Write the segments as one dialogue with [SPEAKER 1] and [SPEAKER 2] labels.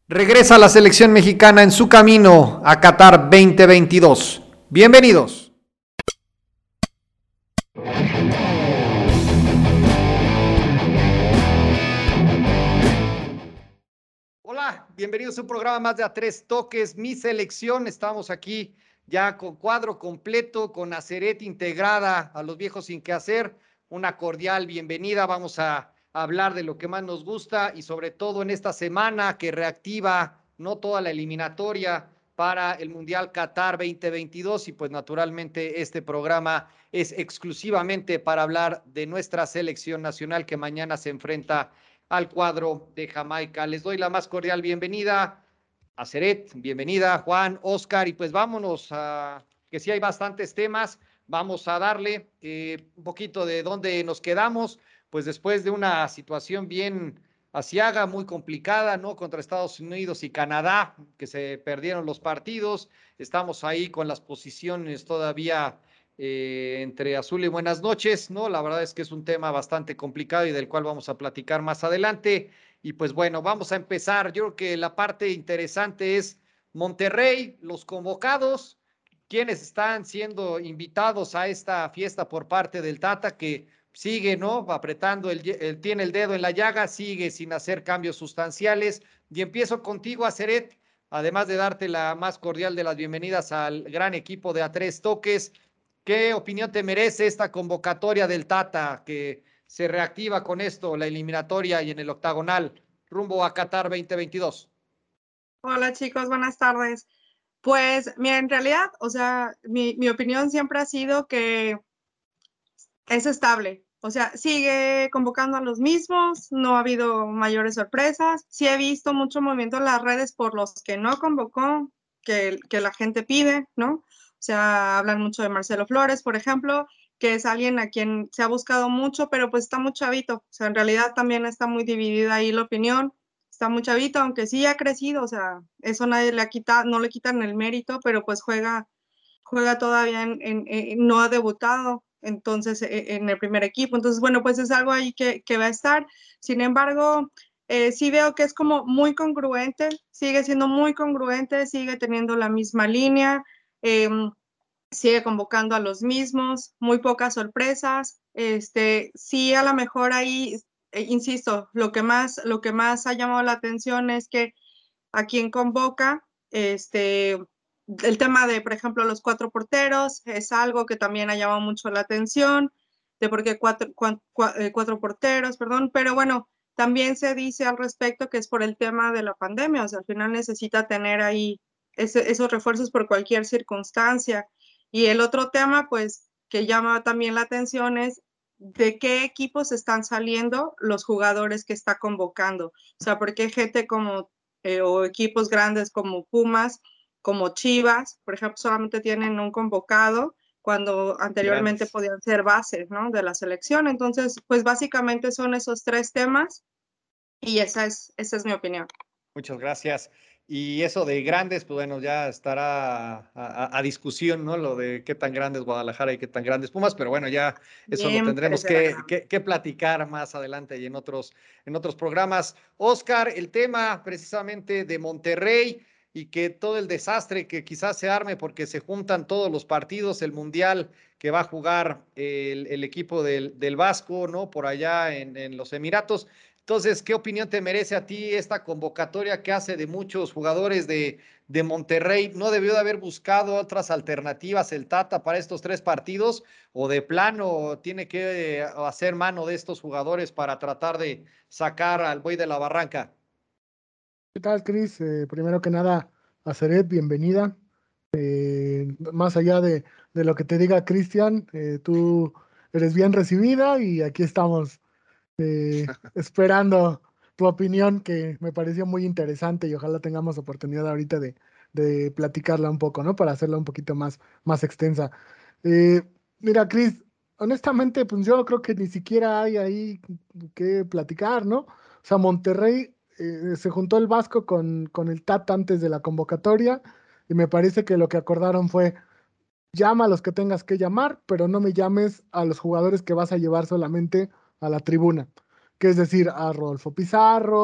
[SPEAKER 1] Regresa la selección mexicana en su camino a Qatar 2022. Bienvenidos. Hola, bienvenidos a un programa más de A Tres Toques, mi selección. Estamos aquí ya con cuadro completo, con Aceret integrada a los viejos sin qué hacer. Una cordial bienvenida. Vamos a hablar de lo que más nos gusta y sobre todo en esta semana que reactiva no toda la eliminatoria para el Mundial Qatar 2022 y pues naturalmente este programa es exclusivamente para hablar de nuestra selección nacional que mañana se enfrenta al cuadro de Jamaica. Les doy la más cordial bienvenida a Ceret, bienvenida Juan, Oscar, y pues vámonos a que sí hay bastantes temas, vamos a darle un poquito de dónde nos quedamos, pues después de una situación bien asiaga, muy complicada, ¿no? Contra Estados Unidos y Canadá, que se perdieron los partidos, estamos ahí con las posiciones todavía entre azul y buenas noches, ¿no? La verdad es que es un tema bastante complicado y del cual vamos a platicar más adelante. Y pues bueno, vamos a empezar. Yo creo que la parte interesante es Monterrey, los convocados, quienes están siendo invitados a esta fiesta por parte del Tata, que sigue, ¿no? Apretando, tiene el dedo en la llaga, sigue sin hacer cambios sustanciales. Y empiezo contigo, Aceret, además de darte la más cordial de las bienvenidas al gran equipo de A Tres Toques. ¿Qué opinión te merece esta convocatoria del Tata que se reactiva con esto, la eliminatoria y en el octagonal rumbo a Qatar 2022?
[SPEAKER 2] Hola chicos, buenas tardes. Pues mira, en realidad, o sea, mi opinión siempre ha sido que es estable. O sea, sigue convocando a los mismos, no ha habido mayores sorpresas. Sí he visto mucho movimiento en las redes por los que no convocó, que la gente pide, ¿no? O sea, hablan mucho de Marcelo Flores, por ejemplo, que es alguien a quien se ha buscado mucho, pero pues está muy chavito. O sea, en realidad también está muy dividida ahí la opinión. Está muy chavito, aunque sí ha crecido, o sea, eso nadie le ha quitado, no le quitan el mérito, pero pues juega todavía no ha debutado, entonces en el primer equipo. Entonces, bueno, pues es algo ahí que va a estar. Sin embargo, sí veo que es como muy congruente, sigue siendo muy congruente, sigue teniendo la misma línea, sigue convocando a los mismos, muy pocas sorpresas. Sí, a lo mejor ahí, insisto, lo que más ha llamado la atención es que a quien convoca, el tema de, por ejemplo, los 4 porteros es algo que también ha llamado mucho la atención, de por qué 4 porteros, perdón, pero bueno, también se dice al respecto que es por el tema de la pandemia, o sea, al final necesita tener ahí esos refuerzos por cualquier circunstancia. Y el otro tema, pues, que llama también la atención es de qué equipos están saliendo los jugadores que está convocando. O sea, porque gente como o equipos grandes como Pumas, como Chivas, por ejemplo, solamente tienen un convocado cuando anteriormente
[SPEAKER 1] Grandes.
[SPEAKER 2] podían ser bases, ¿no? De la selección. Entonces, pues básicamente son esos 3 temas y esa es mi opinión.
[SPEAKER 1] Muchas gracias. Y eso de grandes, pues bueno, ya estará a discusión, ¿no? Lo de qué tan grandes Guadalajara y qué tan grandes Pumas, pero bueno, ya eso lo
[SPEAKER 2] Siempre
[SPEAKER 1] tendremos
[SPEAKER 2] será grande.
[SPEAKER 1] que platicar más adelante y en otros programas. Oscar, el tema precisamente de Monterrey y que todo el desastre que quizás se arme porque se juntan todos los partidos, el Mundial que va a jugar el equipo del Vasco, ¿no? Por allá en los Emiratos. Entonces, ¿qué opinión te merece a ti esta convocatoria que hace de muchos jugadores de Monterrey? ¿No debió de haber buscado otras alternativas el Tata para estos 3 partidos? ¿O de plano tiene que hacer mano de estos jugadores para tratar de sacar al buey de la barranca?
[SPEAKER 3] ¿Qué tal, Cris? Primero que nada, a Ceret, bienvenida. Más allá de lo que te diga Cristian, tú eres bien recibida y aquí estamos esperando tu opinión, que me pareció muy interesante y ojalá tengamos oportunidad ahorita de platicarla un poco, ¿no? Para hacerla un poquito más extensa. Eh, Mira, Cris, honestamente, pues yo creo que ni siquiera hay ahí que platicar, ¿no? O sea, Monterrey se juntó el Vasco con el Tata antes de la convocatoria y me parece que lo que acordaron fue: llama a los que tengas que llamar, pero no me llames a los jugadores que vas a llevar solamente a la tribuna, que es decir, a Rodolfo Pizarro,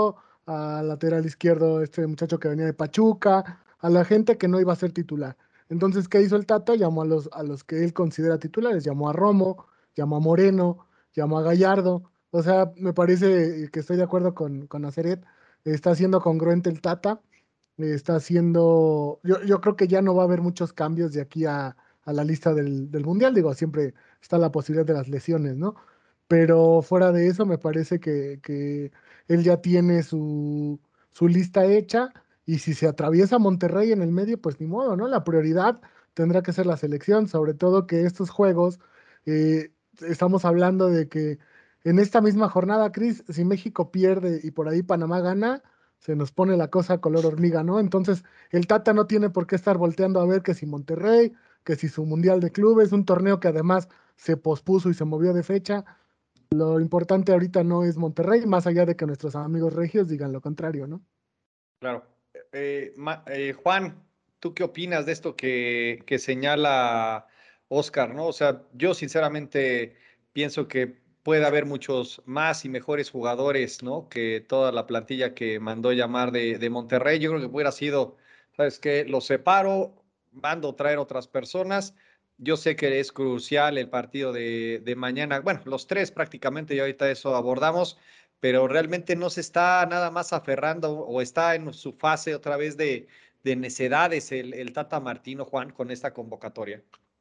[SPEAKER 3] al lateral izquierdo, este muchacho que venía de Pachuca, a la gente que no iba a ser titular. Entonces, ¿qué hizo el Tata? Llamó a los que él considera titulares, llamó a Romo, llamó a Moreno, llamó a Gallardo. O sea, me parece que estoy de acuerdo con Nazaret. Está siendo congruente el Tata. Está haciendo. Yo creo que ya no va a haber muchos cambios de aquí a la lista del Mundial. Digo, siempre está la posibilidad de las lesiones, ¿no? Pero fuera de eso, me parece que él ya tiene su lista hecha. Y si se atraviesa Monterrey en el medio, pues ni modo, ¿no? La prioridad tendrá que ser la selección, sobre todo que estos juegos, estamos hablando de que en esta misma jornada, Cris, si México pierde y por ahí Panamá gana, se nos pone la cosa color hormiga, ¿no? Entonces, el Tata no tiene por qué estar volteando a ver que si Monterrey, que si su Mundial de Clubes, un torneo que además se pospuso y se movió de fecha. Lo importante ahorita no es Monterrey, más allá de que nuestros amigos regios digan lo contrario, ¿no?
[SPEAKER 1] Claro. Juan, ¿tú qué opinas de esto que señala Oscar, ¿no? O sea, yo sinceramente pienso que puede haber muchos más y mejores jugadores, ¿no? Que toda la plantilla que mandó llamar de Monterrey. Yo creo que hubiera sido, ¿sabes qué? Los separo, mando a traer otras personas. Yo sé que es crucial el partido de mañana. Bueno, los tres prácticamente, y ahorita eso abordamos, pero realmente no se está nada más aferrando o está en su fase otra vez de necedades el Tata Martino, Juan, con esta convocatoria.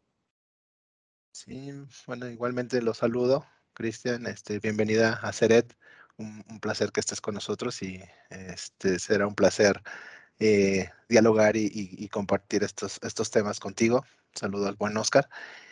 [SPEAKER 4] Sí, bueno, igualmente los saludo, Cristian, bienvenida a Ceret, un placer que estés con nosotros y será un placer dialogar y compartir estos temas contigo. Saludo al buen Oscar.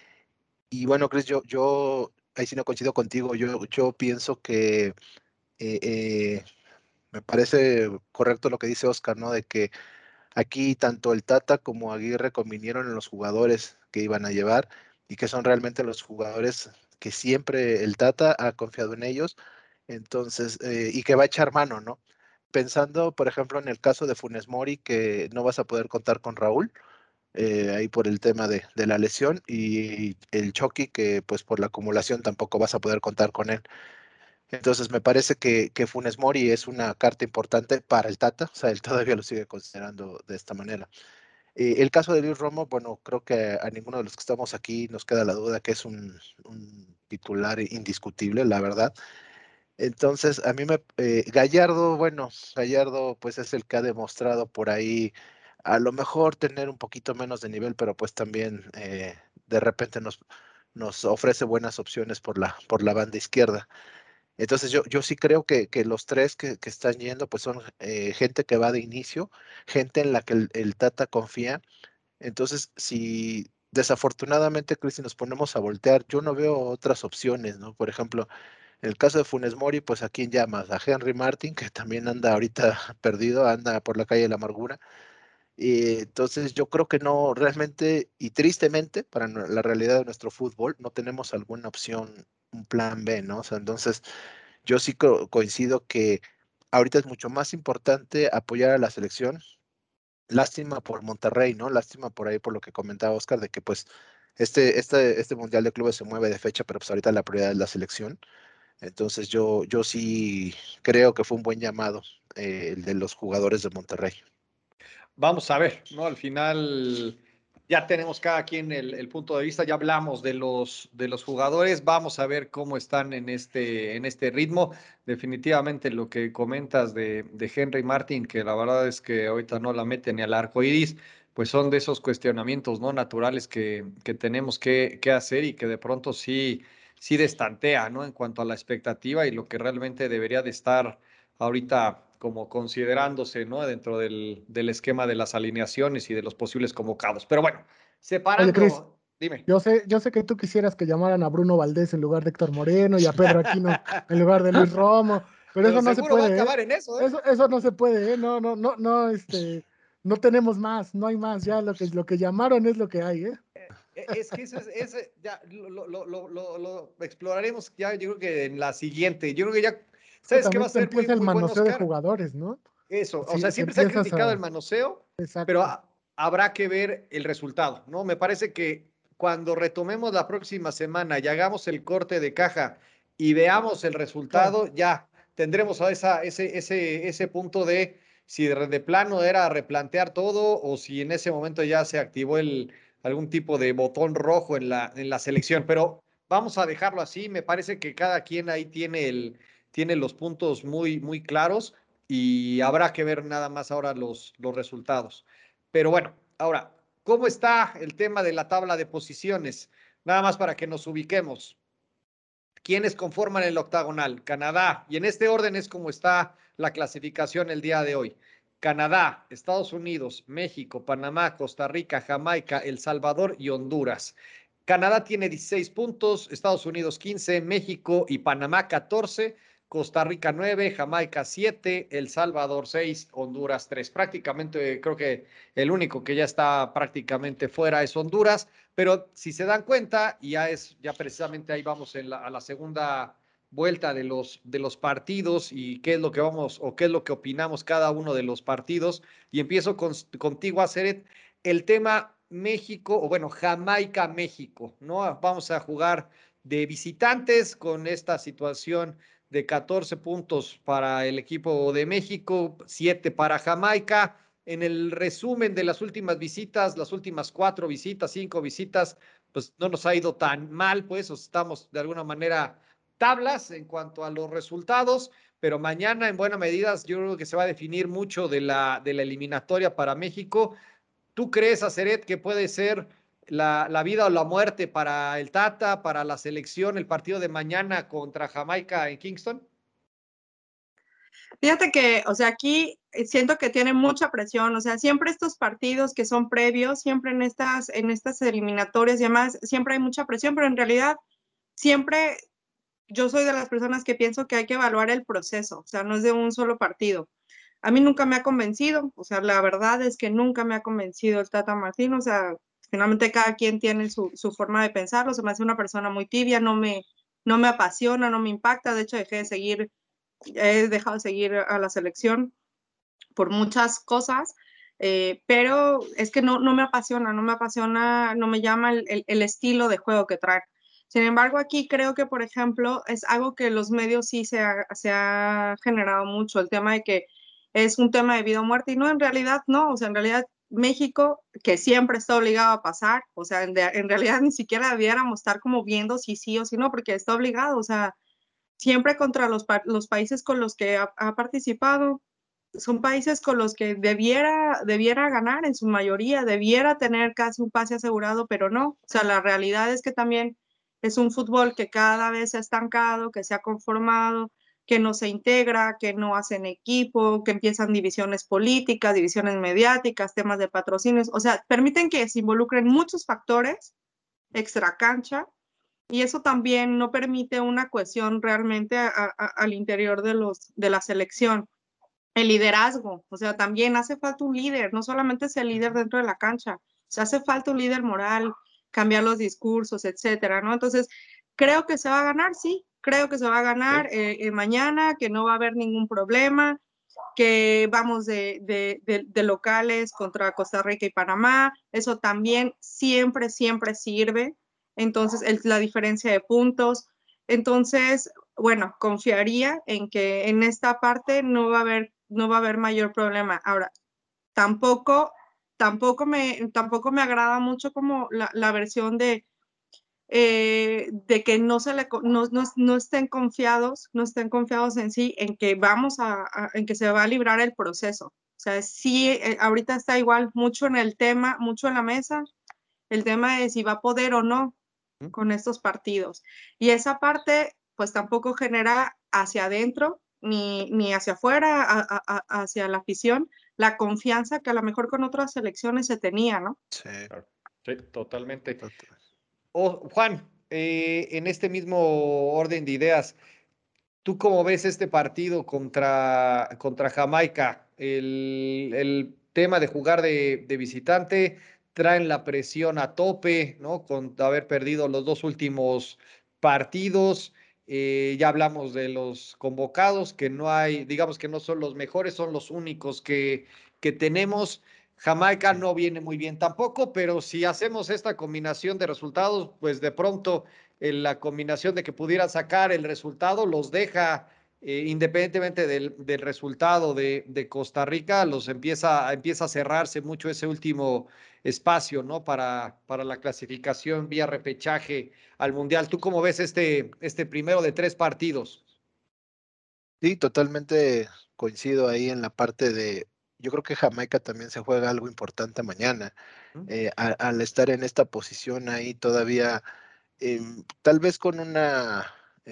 [SPEAKER 4] Y bueno, Cris, yo ahí sí no coincido contigo, yo pienso que eh, eh, me parece correcto lo que dice Oscar, ¿no? De que aquí tanto el Tata como Aguirre convinieron en los jugadores que iban a llevar y que son realmente los jugadores que siempre el Tata ha confiado en ellos, entonces, y que va a echar mano, ¿no? Pensando, por ejemplo, en el caso de Funes Mori, que no vas a poder contar con Raúl, ahí por el tema de la lesión, y el Chucky, que pues por la acumulación tampoco vas a poder contar con él. Entonces me parece que Funes Mori es una carta importante para el Tata, o sea, él todavía lo sigue considerando de esta manera. El caso de Luis Romo, bueno, creo que a ninguno de los que estamos aquí nos queda la duda que es un titular indiscutible, la verdad. Entonces, a mí Gallardo, bueno, Gallardo pues es el que ha demostrado por ahí a lo mejor tener un poquito menos de nivel, pero pues también de repente nos ofrece buenas opciones por la banda izquierda. Entonces yo sí creo que los tres que están yendo pues son gente que va de inicio, gente en la que el Tata confía. Entonces, si desafortunadamente, Cristi, nos ponemos a voltear, yo no veo otras opciones, ¿no? Por ejemplo, en el caso de Funes Mori, pues ¿a quién llamas? A Henry Martin, que también anda ahorita perdido, anda por la calle de la amargura. Y entonces yo creo que no, realmente y tristemente, para la realidad de nuestro fútbol, no tenemos alguna opción, un plan B, ¿no? O sea, entonces yo sí coincido que ahorita es mucho más importante apoyar a la selección. Lástima por Monterrey, ¿no? Lástima por ahí por lo que comentaba Oscar, de que pues este Mundial de Clubes se mueve de fecha, pero pues ahorita la prioridad es la selección. Entonces yo sí creo que fue un buen llamado el de los jugadores de Monterrey.
[SPEAKER 1] Vamos a ver, ¿no? Al final ya tenemos cada quien el punto de vista, ya hablamos de los jugadores, vamos a ver cómo están en este ritmo. Definitivamente lo que comentas de Henry Martin, que la verdad es que ahorita no la mete ni al arco iris, pues son de esos cuestionamientos no naturales que tenemos que hacer y que de pronto sí destantea, ¿no? En cuanto a la expectativa y lo que realmente debería de estar ahorita como considerándose, ¿no? Dentro del esquema de las alineaciones y de los posibles convocados. Pero bueno,
[SPEAKER 3] Oye, Cris,
[SPEAKER 1] separando, dime.
[SPEAKER 3] yo sé que tú quisieras que llamaran a Bruno Valdés en lugar de Héctor Moreno y a Pedro Aquino en lugar de Luis Romo, pero
[SPEAKER 1] Pero
[SPEAKER 3] eso no se
[SPEAKER 1] seguro va a
[SPEAKER 3] puede, ¿eh?
[SPEAKER 1] acabar en eso, ¿eh?
[SPEAKER 3] Eso no se puede, ¿eh? No, no tenemos más, no hay más, ya lo que llamaron es lo que hay, ¿eh?
[SPEAKER 1] Es que ese ya lo exploraremos ya, yo creo que en la siguiente. Yo creo que ya,
[SPEAKER 3] Es que
[SPEAKER 1] ¿sabes qué va
[SPEAKER 3] también
[SPEAKER 1] a
[SPEAKER 3] te
[SPEAKER 1] ser muy,
[SPEAKER 3] empieza el
[SPEAKER 1] muy bueno,
[SPEAKER 3] manoseo de
[SPEAKER 1] Oscar?
[SPEAKER 3] jugadores, ¿no?
[SPEAKER 1] Eso, o sea,
[SPEAKER 3] Si
[SPEAKER 1] siempre se ha
[SPEAKER 3] empiezas
[SPEAKER 1] criticado el
[SPEAKER 3] a...
[SPEAKER 1] manoseo, pero
[SPEAKER 3] Exacto.
[SPEAKER 1] habrá que ver el resultado, ¿no? Me parece que cuando retomemos la próxima semana y hagamos el corte de caja y veamos el
[SPEAKER 3] Claro.
[SPEAKER 1] resultado, ya tendremos a ese punto de si de plano era replantear todo o si en ese momento ya se activó algún tipo de botón rojo en la selección. Pero vamos a dejarlo así. Me parece que cada quien ahí tiene los puntos muy, muy claros y habrá que ver nada más ahora los resultados. Pero bueno, ahora, ¿cómo está el tema de la tabla de posiciones? Nada más para que nos ubiquemos. ¿Quiénes conforman el octagonal? Canadá. Y en este orden es como está la clasificación el día de hoy. Canadá, Estados Unidos, México, Panamá, Costa Rica, Jamaica, El Salvador y Honduras. Canadá tiene 16 puntos, Estados Unidos 15, México y Panamá 14, Costa Rica 9, Jamaica 7, El Salvador 6, Honduras 3. Prácticamente creo que el único que ya está prácticamente fuera es Honduras, pero si se dan cuenta, y ya precisamente ahí vamos a la segunda vuelta de los partidos y qué es lo que vamos o qué es lo que opinamos cada uno de los partidos. Y empiezo contigo, Aceret, el tema México, o bueno, Jamaica-México, ¿no? Vamos a jugar de visitantes con esta situación de 14 puntos para el equipo de México, 7 para Jamaica. En el resumen de las últimas visitas, las últimas 4 visitas, 5 visitas, pues no nos ha ido tan mal, pues estamos de alguna manera tablas en cuanto a los resultados, pero mañana en buena medida yo creo que se va a definir mucho de la eliminatoria para México. ¿Tú crees, Aceret, que puede ser la vida o la muerte para el Tata, para la selección, el partido de mañana contra Jamaica en Kingston?
[SPEAKER 2] Fíjate que, o sea, aquí siento que tiene mucha presión, o sea, siempre estos partidos que son previos, siempre en estas eliminatorias y demás, siempre hay mucha presión, pero en realidad siempre yo soy de las personas que pienso que hay que evaluar el proceso, o sea, no es de un solo partido. A mí nunca me ha convencido, o sea, la verdad es que nunca me ha convencido el Tata Martino, o sea, finalmente cada quien tiene su forma de pensarlo, se me hace una persona muy tibia, no me apasiona, no me impacta, de hecho he dejado de seguir a la selección por muchas cosas, pero es que no me apasiona, no me llama el estilo de juego que trae. Sin embargo, aquí creo que, por ejemplo, es algo que los medios sí se ha generado mucho, el tema de que es un tema de vida o muerte, y no, en realidad no, o sea, en realidad México, que siempre está obligado a pasar, o sea, en realidad ni siquiera debiéramos estar como viendo si sí o si no, porque está obligado, o sea, siempre contra los países con los que ha participado, son países con los que debiera ganar en su mayoría, debiera tener casi un pase asegurado, pero no. O sea, la realidad es que también es un fútbol que cada vez se ha estancado, que se ha conformado, que no se integra, que no hacen equipo, que empiezan divisiones políticas, divisiones mediáticas, temas de patrocinios. O sea, permiten que se involucren muchos factores extra cancha y eso también no permite una cohesión realmente al interior de la selección. El liderazgo, o sea, también hace falta un líder, no solamente es el líder dentro de la cancha, o sea, hace falta un líder moral, cambiar los discursos, etcétera, ¿no? Entonces, creo que se va a ganar, sí, creo que se va a ganar mañana, que no va a haber ningún problema, que vamos de locales contra Costa Rica y Panamá, eso también siempre sirve, entonces la diferencia de puntos, entonces, bueno, confiaría en que en esta parte no va a haber mayor problema. Ahora, tampoco me agrada mucho como la versión de que no estén confiados en sí, en que en que se va a librar el proceso. O sea, sí, ahorita está igual mucho en el tema, mucho en la mesa, el tema de si va a poder o no con estos partidos. Y esa parte, pues tampoco genera hacia adentro ni hacia afuera, hacia la afición, la confianza que a lo mejor con otras selecciones se tenía, ¿no?
[SPEAKER 4] Sí,
[SPEAKER 1] Sí, totalmente.
[SPEAKER 4] total.
[SPEAKER 1] Juan, en este mismo orden de ideas, ¿tú cómo ves este partido contra Jamaica? El tema de jugar de visitante, traen la presión a tope, ¿no? Con haber perdido los 2 últimos partidos. Ya hablamos de los convocados, que no hay, digamos que no son los mejores, son los únicos que tenemos. Jamaica no viene muy bien tampoco, pero si hacemos esta combinación de resultados, pues de pronto la combinación de que pudiera sacar el resultado los deja independientemente del resultado de Costa Rica, empieza a cerrarse mucho ese último espacio, ¿no? Para la clasificación vía repechaje al Mundial. ¿Tú cómo ves este primero de 3 partidos?
[SPEAKER 4] Sí, totalmente coincido ahí en la parte de, yo creo que Jamaica también se juega algo importante mañana. Al estar en esta posición ahí todavía, tal vez con una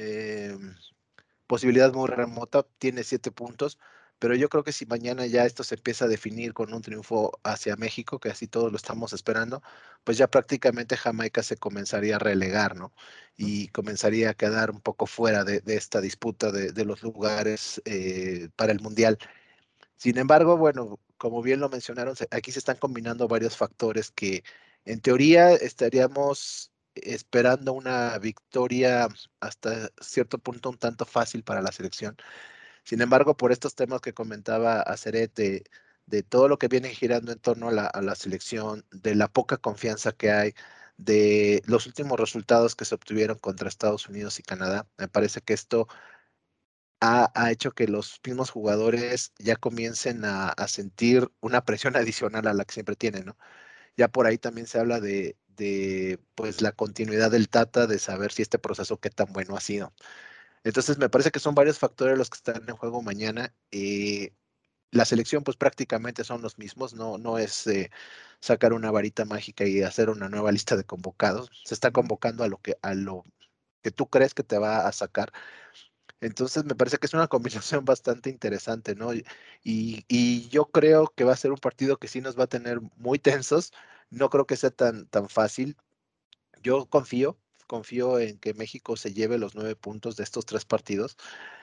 [SPEAKER 4] posibilidad muy remota, tiene 7 puntos, pero yo creo que si mañana ya esto se empieza a definir con un triunfo hacia México, que así todos lo estamos esperando, pues ya prácticamente Jamaica se comenzaría a relegar, ¿no? Y comenzaría a quedar un poco fuera de esta disputa de los lugares para el Mundial. Sin embargo, bueno, como bien lo mencionaron, aquí se están combinando varios factores que en teoría estaríamos esperando una victoria hasta cierto punto un tanto fácil para la selección. Sin embargo, por estos temas que comentaba Aceret, de todo lo que viene girando en torno a la selección, de la poca confianza que hay, de los últimos resultados que se obtuvieron contra Estados Unidos y Canadá, me parece que esto ha hecho que los mismos jugadores ya comiencen a sentir una presión adicional a la que siempre tienen, ¿no? Ya por ahí también se habla de pues la continuidad del Tata, de saber si este proceso qué tan bueno ha sido. Entonces me parece que son varios factores los que están en juego mañana. La selección pues prácticamente son los mismos, no es sacar una varita mágica y hacer una nueva lista de convocados. Se está convocando a lo que tú crees que te va a sacar. Entonces me parece que es una combinación bastante interesante, ¿no? Y yo creo que va a ser un partido que sí nos va a tener muy tensos. No creo que sea tan fácil. Yo confío en que México se lleve los 9 puntos de estos 3 partidos.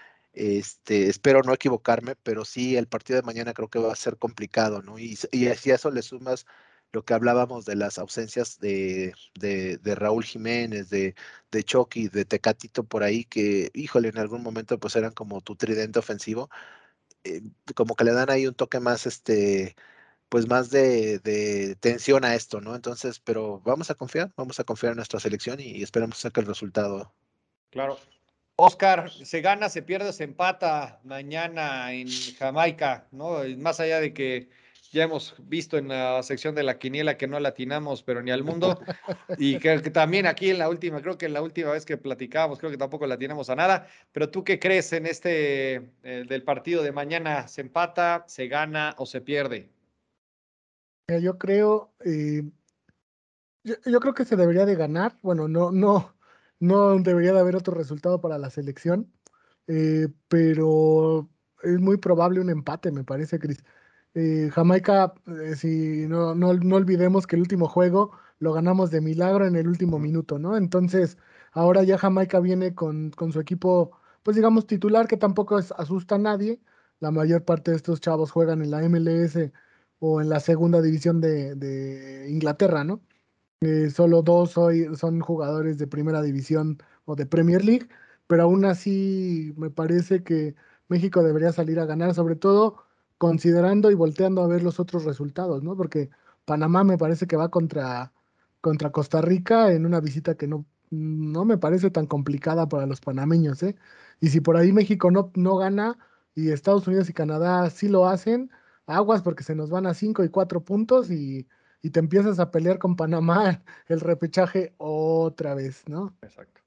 [SPEAKER 4] Espero no equivocarme, pero sí, el partido de mañana creo que va a ser complicado, ¿no? Y si a eso le sumas lo que hablábamos de las ausencias de Raúl Jiménez, de Chucky, de Tecatito por ahí, que, híjole, en algún momento pues eran como tu tridente ofensivo, eh, como que le dan ahí un toque más, pues más de tensión a esto, ¿no? Entonces, pero vamos a confiar en nuestra selección y esperamos sacar el resultado.
[SPEAKER 1] Claro. Oscar, se gana, se pierde, se empata mañana en Jamaica, ¿no? Y más allá de que ya hemos visto en la sección de la quiniela que no latinamos, pero ni al mundo. Y que también aquí en la última, creo que en la última vez que platicábamos, creo que tampoco latinamos a nada. Pero ¿tú qué crees en del partido de mañana? ¿Se empata, se gana o se pierde?
[SPEAKER 3] Yo creo, yo creo que se debería de ganar. Bueno, no debería de haber otro resultado para la selección, pero es muy probable un empate, me parece, Cris. Jamaica, si no olvidemos que el último juego lo ganamos de milagro en el último minuto, ¿no? Entonces, ahora ya Jamaica viene con su equipo, pues digamos, titular, que tampoco asusta a nadie. La mayor parte de estos chavos juegan en la MLS o en la segunda división de Inglaterra, ¿no? Solo dos hoy son jugadores de primera división o de Premier League, pero aún así me parece que México debería salir a ganar, sobre todo considerando y volteando a ver los otros resultados, ¿no? Porque Panamá me parece que va contra Costa Rica en una visita que no me parece tan complicada para los panameños, ¿eh? Y si por ahí México no gana y Estados Unidos y Canadá sí lo hacen, aguas porque se nos van a 5 y 4 puntos y te empiezas a pelear con Panamá el repechaje otra vez, ¿no?
[SPEAKER 1] Exacto.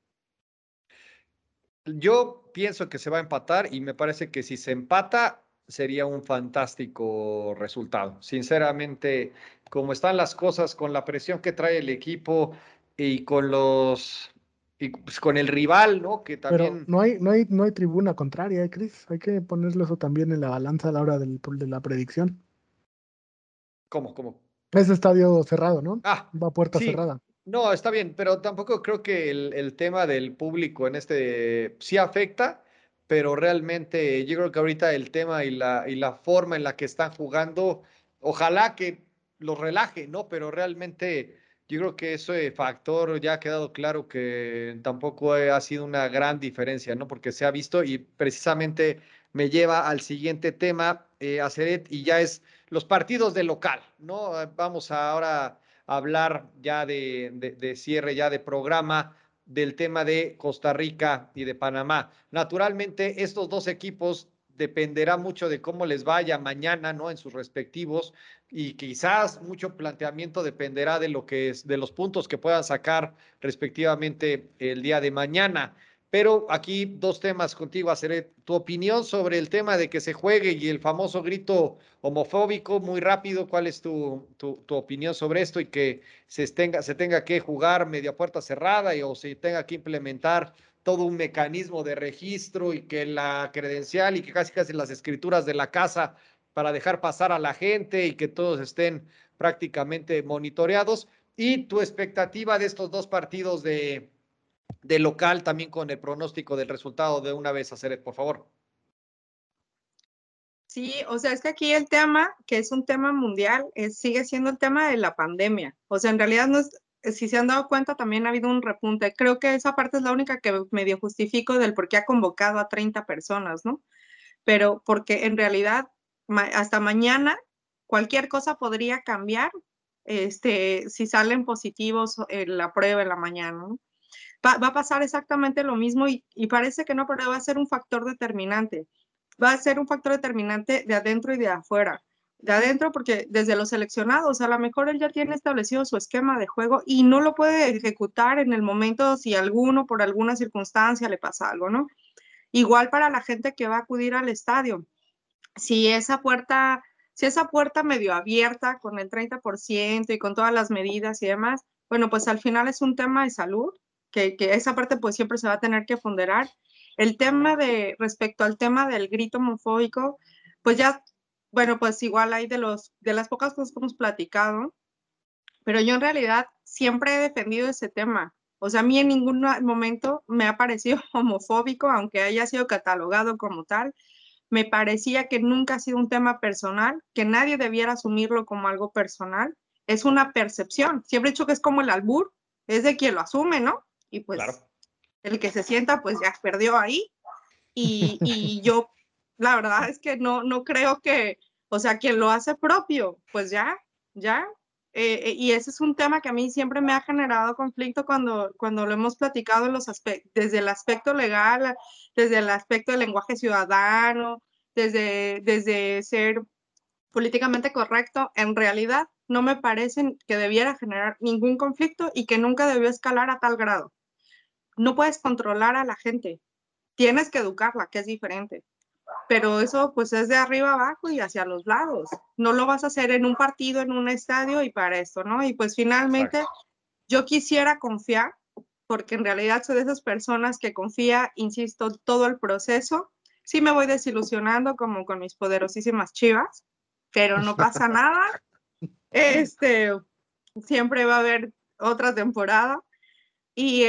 [SPEAKER 1] Yo pienso que se va a empatar y me parece que si se empata sería un fantástico resultado. Sinceramente, como están las cosas, con la presión que trae el equipo y y pues con el rival, ¿no? Que
[SPEAKER 3] Pero
[SPEAKER 1] también,
[SPEAKER 3] no hay tribuna contraria, Cris. Hay que ponerlo eso también en la balanza a la hora de la predicción.
[SPEAKER 1] ¿cómo?
[SPEAKER 3] Es estadio cerrado, ¿no?
[SPEAKER 1] Ah,
[SPEAKER 3] Va a puerta
[SPEAKER 1] sí,
[SPEAKER 3] cerrada.
[SPEAKER 1] no, está bien, pero tampoco creo que el tema del público en sí afecta, pero realmente yo creo que ahorita el tema y la forma en la que están jugando, ojalá que los relaje, ¿no? Pero realmente yo creo que ese factor ya ha quedado claro que tampoco ha sido una gran diferencia, ¿no? Porque se ha visto y precisamente me lleva al siguiente tema, Aceret, y ya es los partidos de local, ¿no? Vamos ahora a hablar ya de cierre, ya de programa. del tema de Costa Rica y de Panamá. Naturalmente, estos dos equipos dependerá mucho de cómo les vaya mañana, ¿no? En sus respectivos, y quizás mucho planteamiento dependerá de lo que es, de los puntos que puedan sacar respectivamente el día de mañana. Pero aquí dos temas contigo, Aceret. Tu opinión sobre el tema de que se juegue y el famoso grito homofóbico, muy rápido. ¿Cuál es tu opinión sobre esto y que se tenga que jugar media puerta cerrada o se tenga que implementar todo un mecanismo de registro y que la credencial y que casi las escrituras de la casa para dejar pasar a la gente y que todos estén prácticamente monitoreados? Y tu expectativa de estos dos partidos de local también con el pronóstico del resultado de una vez, Aceret, por favor.
[SPEAKER 2] Sí, o sea, es que aquí el tema, que es un tema mundial, sigue siendo el tema de la pandemia. O sea, en realidad no es, si se han dado cuenta, también ha habido un repunte. Creo que esa parte es la única que medio justifico del por qué ha convocado a 30 personas, ¿no? Pero porque en realidad hasta mañana cualquier cosa podría cambiar si salen positivos en la prueba en la mañana, ¿no? Va a pasar exactamente lo mismo y parece que no, pero va a ser un factor determinante. Va a ser un factor determinante de adentro y de afuera. De adentro porque desde los seleccionados, a lo mejor él ya tiene establecido su esquema de juego y no lo puede ejecutar en el momento si alguno por alguna circunstancia le pasa algo, ¿no? Igual para la gente que va a acudir al estadio. Si esa puerta medio abierta con el 30% y con todas las medidas y demás, bueno, pues al final es un tema de salud, que esa parte pues siempre se va a tener que ponderar. El tema respecto al tema del grito homofóbico, pues ya, bueno, pues igual hay de las pocas cosas que hemos platicado, pero yo en realidad siempre he defendido ese tema. O sea, a mí en ningún momento me ha parecido homofóbico, aunque haya sido catalogado como tal. Me parecía que nunca ha sido un tema personal, que nadie debiera asumirlo como algo personal. Es una percepción. Siempre he dicho que es como el albur, es de quien lo asume, ¿no? Y pues
[SPEAKER 1] Claro.
[SPEAKER 2] el que se sienta, pues ya perdió ahí. Y yo, la verdad es que no creo que, o sea, quien lo hace propio, pues ya. Y ese es un tema que a mí siempre me ha generado conflicto cuando lo hemos platicado en desde el aspecto legal, desde el aspecto del lenguaje ciudadano, desde ser políticamente correcto. En realidad, no me parece que debiera generar ningún conflicto y que nunca debió escalar a tal grado. No puedes controlar a la gente, tienes que educarla, que es diferente. Pero eso pues es de arriba abajo y hacia los lados. No lo vas a hacer en un partido, en un estadio y para esto, ¿no? Y pues finalmente yo quisiera confiar, porque en realidad soy de esas personas que confía, insisto, todo el proceso. Sí me voy desilusionando como con mis poderosísimas Chivas, pero no pasa nada. Siempre va a haber otra temporada y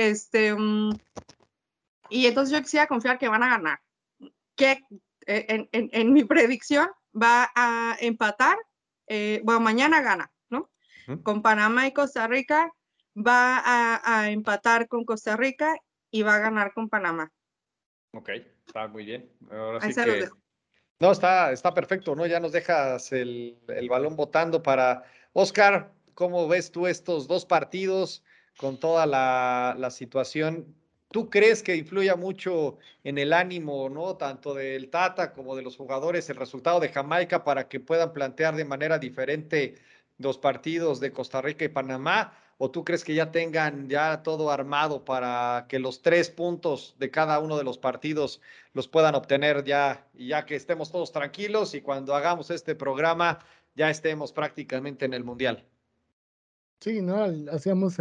[SPEAKER 2] y entonces yo quisiera confiar que van a ganar. Que en mi predicción va a empatar, bueno, mañana gana, ¿no? Con Panamá y Costa Rica, va a empatar con Costa Rica y va a ganar con Panamá.
[SPEAKER 1] Ok, está muy bien. Ahora
[SPEAKER 2] Ahí
[SPEAKER 1] sí
[SPEAKER 2] se los
[SPEAKER 1] que...
[SPEAKER 2] dejo.
[SPEAKER 1] No, está perfecto, ¿no? Ya nos dejas el balón botando para Oscar. ¿Cómo ves tú estos dos partidos con toda la situación? ¿Tú crees que influya mucho en el ánimo, ¿no? Tanto del Tata como de los jugadores, el resultado de Jamaica para que puedan plantear de manera diferente los partidos de Costa Rica y Panamá? ¿O tú crees que ya tengan ya todo armado para que los 3 puntos de cada uno de los partidos los puedan obtener ya, y ya que estemos todos tranquilos y cuando hagamos este programa ya estemos prácticamente en el Mundial?
[SPEAKER 3] Sí, ¿no? Hacíamos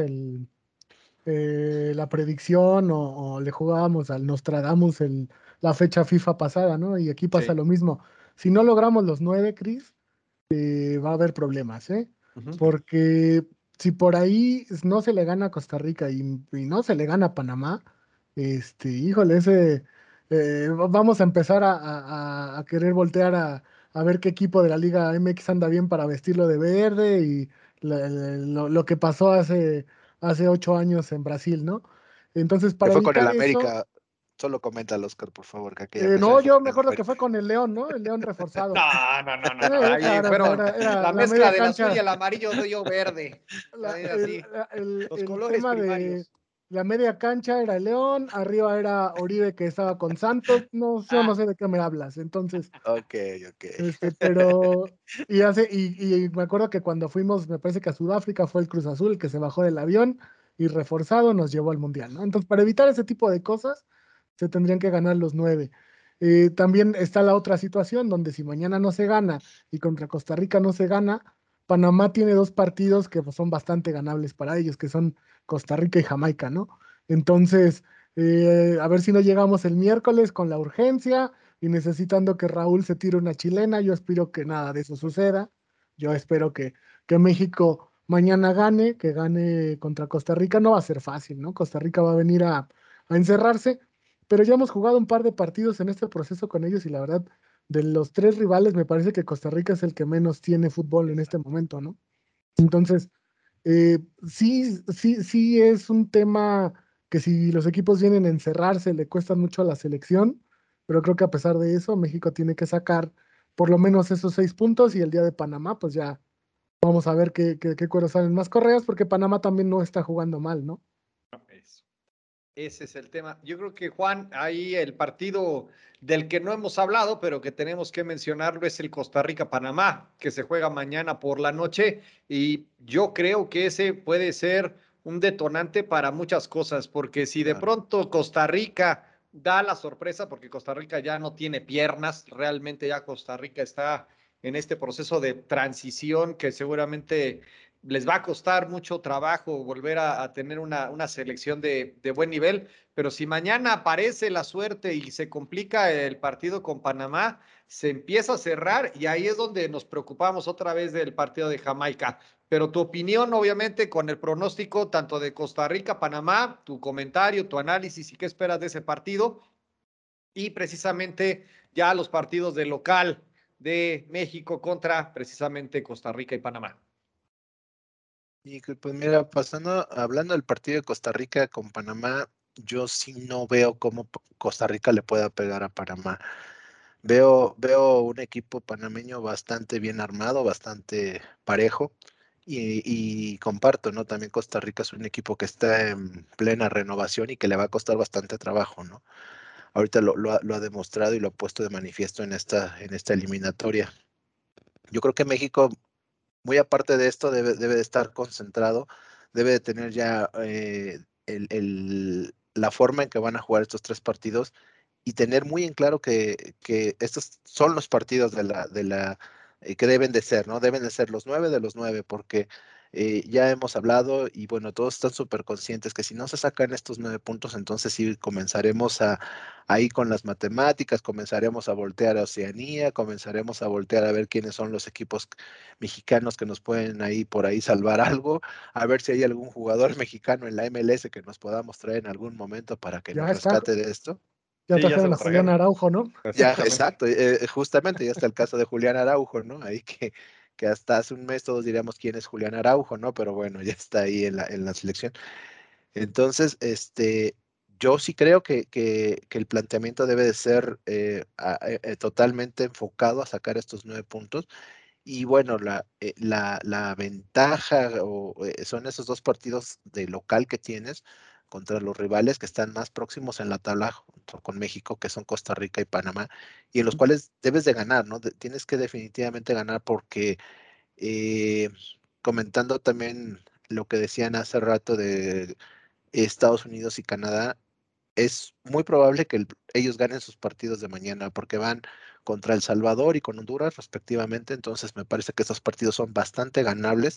[SPEAKER 3] la predicción o le jugábamos al Nostradamus la fecha FIFA pasada, ¿no? Y aquí pasa
[SPEAKER 1] Sí.
[SPEAKER 3] lo mismo. Si no logramos los 9, Cris, va a haber problemas, ¿eh? Porque si por ahí no se le gana a Costa Rica y no se le gana a Panamá, híjole, vamos a empezar a querer voltear a ver qué equipo de la Liga MX anda bien para vestirlo de verde y lo que pasó hace 8 años en Brasil, ¿no? Entonces,
[SPEAKER 4] Que
[SPEAKER 3] para
[SPEAKER 4] fue con el
[SPEAKER 3] evitar eso,
[SPEAKER 4] América. Solo comenta al Oscar, por favor, que aquella vez
[SPEAKER 3] no,
[SPEAKER 4] fue
[SPEAKER 3] yo
[SPEAKER 4] con
[SPEAKER 3] me
[SPEAKER 4] el
[SPEAKER 3] acuerdo que fue
[SPEAKER 4] América.
[SPEAKER 3] con el León, ¿no? El León reforzado.
[SPEAKER 1] No. Ahí
[SPEAKER 3] Claro,
[SPEAKER 1] fueron
[SPEAKER 3] era
[SPEAKER 1] la
[SPEAKER 3] la
[SPEAKER 1] mezcla
[SPEAKER 3] media
[SPEAKER 1] del azul y
[SPEAKER 3] cancha.
[SPEAKER 1] el amarillo dio verde.
[SPEAKER 3] la-
[SPEAKER 1] Ahí
[SPEAKER 3] el,
[SPEAKER 1] así,
[SPEAKER 3] el-
[SPEAKER 1] los
[SPEAKER 3] el
[SPEAKER 1] colores
[SPEAKER 3] tema de,
[SPEAKER 1] primarios.
[SPEAKER 3] La media cancha era León, arriba era Oribe que estaba con Santos. No, yo no sé de qué me hablas. Entonces,
[SPEAKER 4] Ok.
[SPEAKER 3] pero, y me acuerdo que cuando fuimos, me parece que a Sudáfrica fue el Cruz Azul el que se bajó del avión y reforzado nos llevó al Mundial, ¿no? Entonces, para evitar ese tipo de cosas, se tendrían que ganar los 9. También está la otra situación donde si mañana no se gana y contra Costa Rica no se gana, Panamá tiene dos partidos que pues, son bastante ganables para ellos, que son Costa Rica y Jamaica, ¿no? Entonces, a ver si no llegamos el miércoles con la urgencia y necesitando que Raúl se tire una chilena. Yo espero que nada de eso suceda. Yo espero que México mañana gane, que gane contra Costa Rica. No va a ser fácil, ¿no? Costa Rica va a venir a encerrarse, pero ya hemos jugado un par de partidos en este proceso con ellos y la verdad, de los tres rivales, me parece que Costa Rica es el que menos tiene fútbol en este momento, ¿no? Entonces, sí es un tema que si los equipos vienen a encerrarse, le cuesta mucho a la selección, pero creo que a pesar de eso, México tiene que sacar por lo menos esos 6 puntos y el día de Panamá, pues ya vamos a ver qué cueros salen más correas, porque Panamá también no está jugando mal, ¿no?
[SPEAKER 1] Eso. Ese es el tema. Yo creo que, Juan, ahí el partido del que no hemos hablado, pero que tenemos que mencionarlo, es el Costa Rica-Panamá, que se juega mañana por la noche. Y yo creo que ese puede ser un detonante para muchas cosas, porque si de
[SPEAKER 4] Claro.
[SPEAKER 1] pronto Costa Rica da la sorpresa, porque Costa Rica ya no tiene piernas, realmente ya Costa Rica está en este proceso de transición que seguramente les va a costar mucho trabajo volver a tener una selección de buen nivel, pero si mañana aparece la suerte y se complica el partido con Panamá, se empieza a cerrar y ahí es donde nos preocupamos otra vez del partido de Jamaica. Pero tu opinión, obviamente, con el pronóstico tanto de Costa Rica, Panamá, tu comentario, tu análisis y qué esperas de ese partido y precisamente ya los partidos de local de México contra precisamente Costa Rica y Panamá.
[SPEAKER 4] Y pues mira, hablando del partido de Costa Rica con Panamá, yo sí no veo cómo Costa Rica le pueda pegar a Panamá. Veo un equipo panameño bastante bien armado, bastante parejo. Y comparto, ¿no? También Costa Rica es un equipo que está en plena renovación y que le va a costar bastante trabajo, ¿no? Ahorita lo ha demostrado y lo ha puesto de manifiesto en esta eliminatoria. Yo creo que México, muy aparte de esto, debe de estar concentrado, debe de tener ya la forma en que van a jugar estos tres partidos y tener muy en claro que estos son los partidos que deben de ser, ¿no? Deben de ser los 9 de los 9, porque ya hemos hablado y bueno, todos están súper conscientes que si no se sacan estos 9 puntos, entonces sí comenzaremos ahí con las matemáticas, comenzaremos a voltear a Oceanía, comenzaremos a voltear a ver quiénes son los equipos mexicanos que nos pueden ahí por ahí salvar algo, a ver si hay algún jugador mexicano en la MLS que nos podamos traer en algún momento para que nos
[SPEAKER 3] Ya está,
[SPEAKER 4] rescate de esto.
[SPEAKER 3] ya
[SPEAKER 1] Sí, ya se
[SPEAKER 3] trajeron
[SPEAKER 1] lo
[SPEAKER 3] a Julián
[SPEAKER 1] trajeron.
[SPEAKER 3] Araujo, ¿no?
[SPEAKER 4] Ya,
[SPEAKER 1] Exactamente.
[SPEAKER 4] exacto, justamente ya está el caso de Julián Araujo, ¿no? Ahí que hasta hace un mes todos diríamos quién es Julián Araujo, ¿no? Pero bueno, ya está ahí en la selección. Entonces, yo sí creo que el planteamiento debe de ser totalmente enfocado a sacar estos 9 puntos. Y bueno, la ventaja son esos dos partidos de local que tienes contra los rivales que están más próximos en la tabla junto con México, que son Costa Rica y Panamá, y en los cuales debes de ganar, ¿no? Tienes que definitivamente ganar porque eh, comentando también lo que decían hace rato de Estados Unidos y Canadá, es muy probable que ellos ganen sus partidos de mañana porque van contra El Salvador y con Honduras respectivamente, entonces me parece que estos partidos son bastante ganables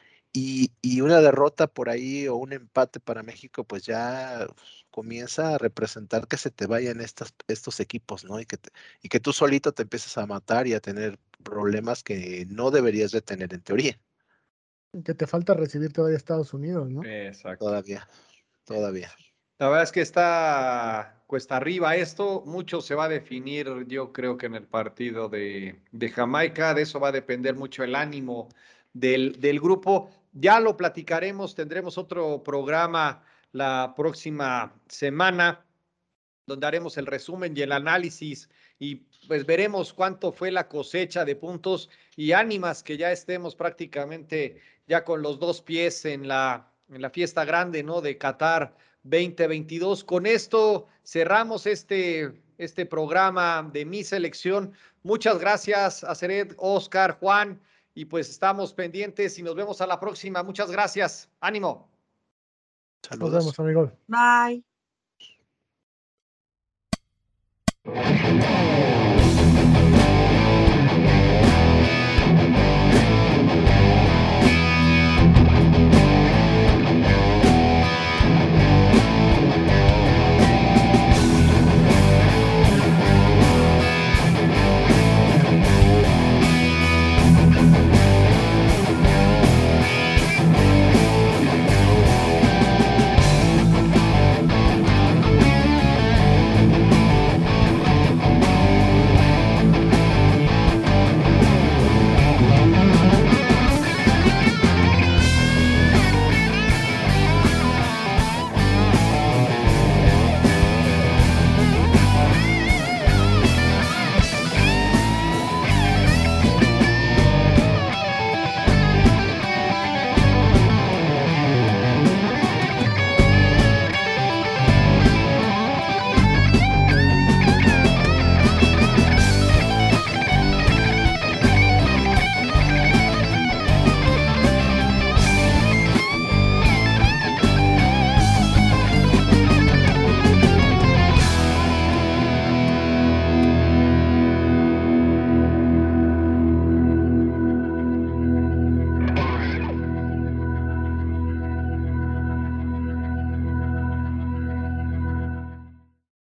[SPEAKER 4] y una derrota por ahí o un empate para México pues ya comienza a representar que se te vayan estos equipos, ¿no? Y que tú solito te empieces a matar y a tener problemas que no deberías de tener en teoría.
[SPEAKER 3] Que te falta recibir todavía Estados Unidos, ¿no?
[SPEAKER 1] Exacto.
[SPEAKER 4] Todavía.
[SPEAKER 1] La verdad es que está cuesta arriba esto, mucho se va a definir, yo creo que en el partido de Jamaica, de eso va a depender mucho el ánimo del grupo. Ya lo platicaremos, tendremos otro programa la próxima semana donde haremos el resumen y el análisis y pues veremos cuánto fue la cosecha de puntos y ánimas que ya estemos prácticamente ya con los dos pies en la fiesta grande, ¿no? De Qatar 2022. Con esto cerramos este programa de Mi Selección. Muchas gracias a Aceret, Oscar, Juan, y pues estamos pendientes y nos vemos a la próxima. Muchas gracias. Ánimo.
[SPEAKER 3] Nos vemos, amigos.
[SPEAKER 2] Bye.